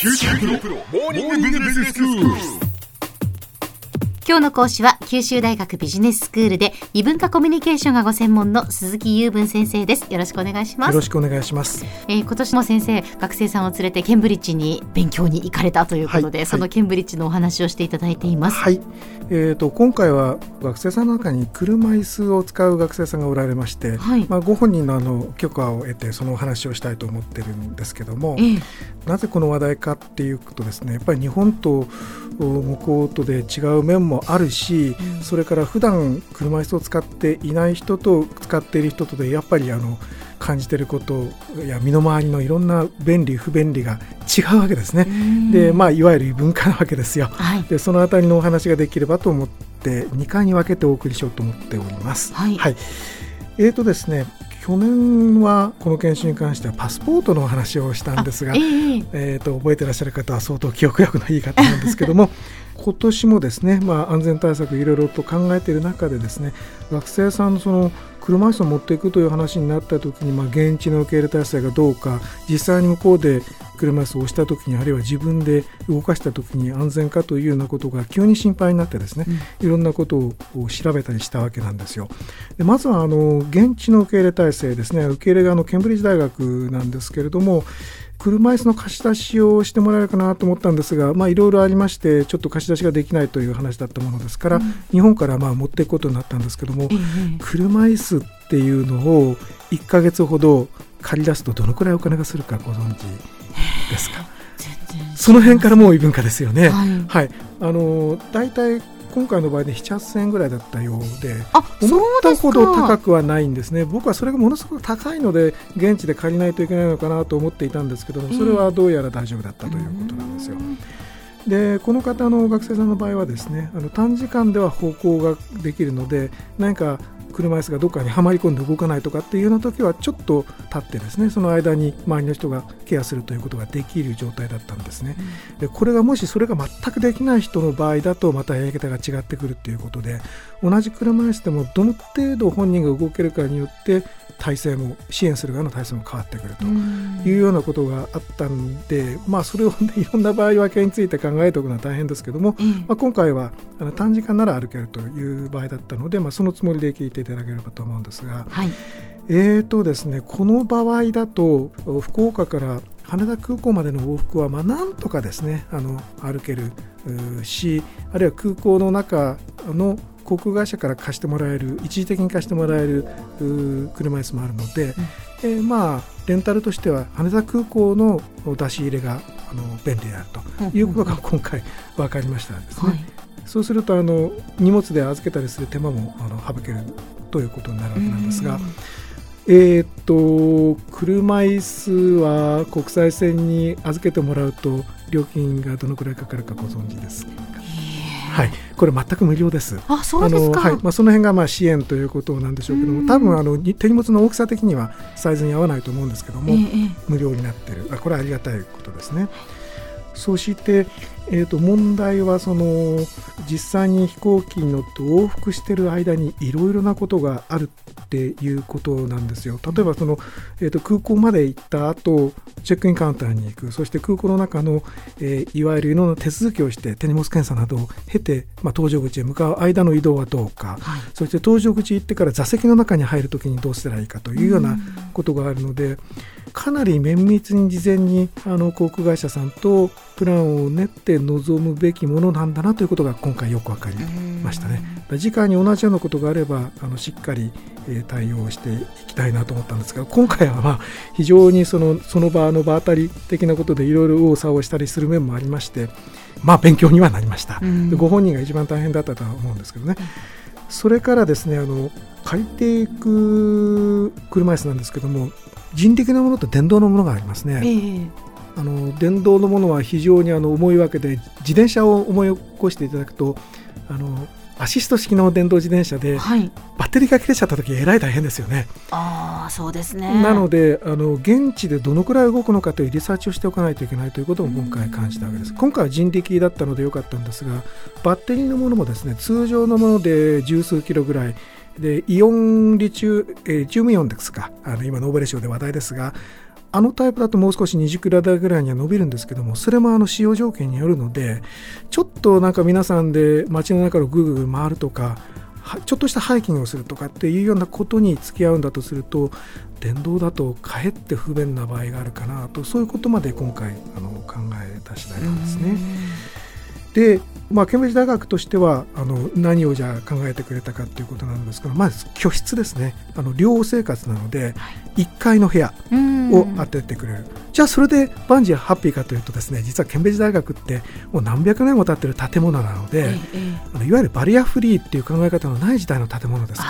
今日の講師は九州大学ビジネススクールで異文化コミュニケーションがご専門の鈴木雄文先生です。よろしくお願いします。 よろしくお願いします。 今年も先生、学生さんを連れてケンブリッジに勉強に行かれたということで、そのケンブリッジのお話をしていただいています。 はい、今回は学生さんの中に車椅子を使う学生さんがおられまして、ご本人の許可を得てそのお話をしたいと思ってるんですけども、なぜこの話題かっていうとですね、やっぱり日本と向こうとで違う面もあるし、それから普段車椅子を使っていない人と使っている人とでやっぱり感じていることや身の回りのいろんな便利不便利が違うわけですね。で、いわゆる異文化なわけですよ。で、そのあたりのお話ができればと思って2回に分けてお送りしようと思っております。ですね、去年はこの研修に関してはパスポートのお話をしたんですが、覚えてらっしゃる方は相当記憶力のいい方なんですけども今年もですね、安全対策いろいろと考えている中でですね、学生さんのその車椅子を持っていくという話になった時に、現地の受け入れ体制がどうか、実際に向こうで車椅子を押した時に、あるいは自分で動かした時に安全かというようなことが急に心配になってですね、いろんなことを調べたりしたわけなんですよ。で、まずは現地の受け入れ体制ですね。受け入れ側のケンブリッジ大学なんですけれども、車椅子の貸し出しをしてもらえるかなと思ったんですが、いろいろありましてちょっと貸し出しができないという話だったものですから、日本から持っていくことになったんですけども、車椅子っていうのを1ヶ月ほど借り出すとどのくらいお金がするかご存知ですか？その辺からもう異文化ですよね。だいたい今回の場合で7、8000円ぐらいだったようで、思ったほど高くはないんですね。僕はそれがものすごく高いので現地で借りないといけないのかなと思っていたんですけども、それはどうやら大丈夫だったということなんですよ。で、この方の学生さんの場合はですね、短時間では歩行ができるので、何か車椅子がどっかにはまり込んで動かないとかっていうような時はちょっと立ってですね、その間に周りの人がケアするということができる状態だったんですね。で、これがもしそれが全くできない人の場合だとまたやり方が違ってくるということで、同じ車椅子でもどの程度本人が動けるかによって体制も支援する側の体制も変わってくるというようなことがあったんで、それを、いろんな場合分けについて考えておくのは大変ですけども、今回は短時間なら歩けるという場合だったので、そのつもりで聞いていただければと思うんですが、ですね、この場合だと福岡から羽田空港までの往復はなんとかですね歩けるし、あるいは空港の中の航空会社から貸してもらえる、一時的に貸してもらえる車椅子もあるので、レンタルとしては羽田空港の出し入れが便利であるということが今回分かりましたですね。そうすると荷物で預けたりする手間も省けるということになるわけなんですが、車椅子は国際線に預けてもらうと料金がどのくらいかかるかご存知ですか？これ全く無料です。 そうですか。 その辺が支援ということなんでしょうけども、多分手荷物の大きさ的にはサイズに合わないと思うんですけども、無料になっている。これはありがたいことですね。そして、問題は実際に飛行機に乗って往復している間にいろいろなことがあるっていうことなんですよ。例えば空港まで行った後チェックインカウンターに行く、そして空港の中の、いわゆるいろんな手続きをして手荷物検査などを経て、搭乗口へ向かう間の移動はどうか、そして搭乗口行ってから座席の中に入るときにどうしたらいいかというようなことがあるので、かなり綿密に事前に航空会社さんとプランを練って臨むべきものなんだなということが今回よく分かりましたね。次回に同じようなことがあればしっかり対応していきたいなと思ったんですが、今回は非常にその場の場当たり的なことでいろいろ右往左往したりする面もありまして、勉強にはなりました。ご本人が一番大変だったとは思うんですけどね。それからですね、借りていく車椅子なんですけども、人力のものと電動のものがありますね。電動のものは非常に重いわけで、自転車を思い起こしていただくとアシスト式の電動自転車で、バッテリーが切れちゃった時えらい大変ですよね。 そうですね。 なので現地でどのくらい動くのかというリサーチをしておかないといけないということも今回感じたわけです。今回は人力だったので良かったんですが、バッテリーのものもですね、通常のもので十数キロぐらいで、イオンリチウムイオンですか、今ノーベル賞で話題ですが、 あのタイプだともう少し20キロ台ぐらいには伸びるんですけども、それも使用条件によるので、ちょっとなんか皆さんで街の中をぐるぐる回るとか、ちょっとしたハイキングをするとかっていうようなことに付き合うんだとすると、電動だとかえって不便な場合があるかなと、そういうことまで今回考えた次第なんですね。で、ケンブリッジ大学としては何をじゃあ考えてくれたかということなんですけど、まず居室ですね。寮生活なので1階の部屋を当ててくれる。じゃあそれで万事ハッピーかというとですね、実はケンブリッジ大学ってもう何百年も経っている建物なので、いわゆるバリアフリーっていう考え方のない時代の建物ですから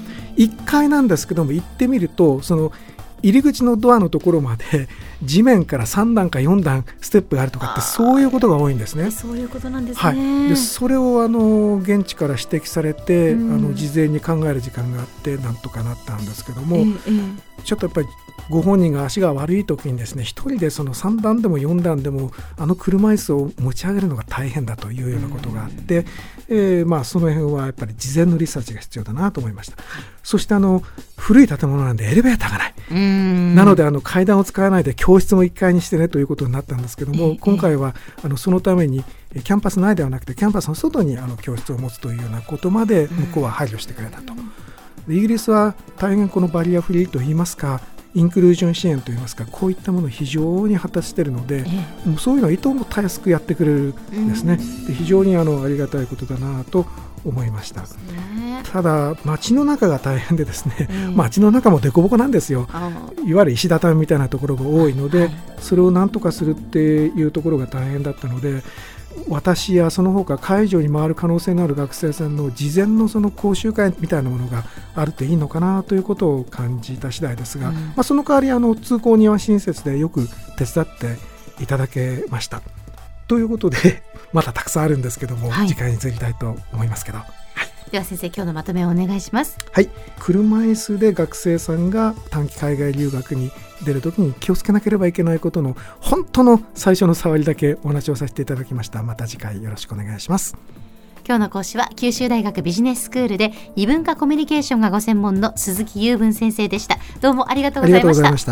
、1階なんですけども、行ってみるとその入り口のドアのところまで地面から3段か4段ステップがあるとかって、そういうことが多いんですね。 そういうことなんですね。 でそれを現地から指摘されて、事前に考える時間があってなんとかなったんですけども、ちょっとやっぱりご本人が足が悪い時にですね、一人でその3段でも4段でも車椅子を持ち上げるのが大変だというようなことがあって、その辺はやっぱり事前のリサーチが必要だなと思いました。そして古い建物なんでエレベーターがない。なので階段を使わないで教室も1階にしてねということになったんですけども、今回はそのためにキャンパス内ではなくてキャンパスの外に教室を持つというようなことまで向こうは配慮してくれたと。イギリスは大変このバリアフリーといいますか、インクルージョン支援といいますか、こういったもの非常に果たしているので、もうそういうのはいともたやすくやってくれるんですね。で非常にありがたいことだなと思いました。ただ街の中が大変でですね、街の中も凸凹なんですよ。いわゆる石畳みたいなところが多いので、それを何とかするっていうところが大変だったので、私やその他会場に回る可能性のある学生さんの事前のその講習会みたいなものがあるといいのかなということを感じた次第ですが、その代わり通行庭親切でよく手伝っていただけましたということで、まだたくさんあるんですけども、次回に移りたいと思いますけど、 では先生、今日のまとめをお願いします。 車椅子で学生さんが短期海外留学に出るときに気をつけなければいけないことの本当の最初の触りだけお話をさせていただきました。また次回よろしくお願いします。 今日の講師は九州大学ビジネススクールで異文化コミュニケーションがご専門の鈴木雄文先生でした。どうもありがとうございました。ありがとうございました。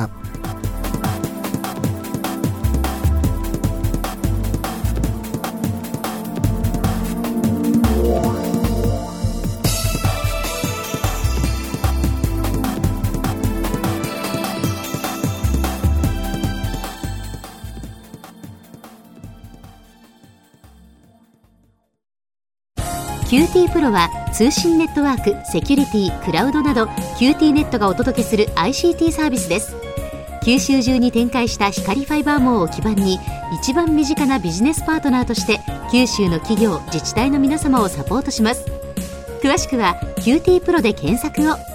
QT プロは通信ネットワーク、セキュリティ、クラウドなど QT ネットがお届けする ICT サービスです。九州中に展開した光ファイバー網を基盤に、一番身近なビジネスパートナーとして九州の企業、自治体の皆様をサポートします。詳しくは QT プロで検索を。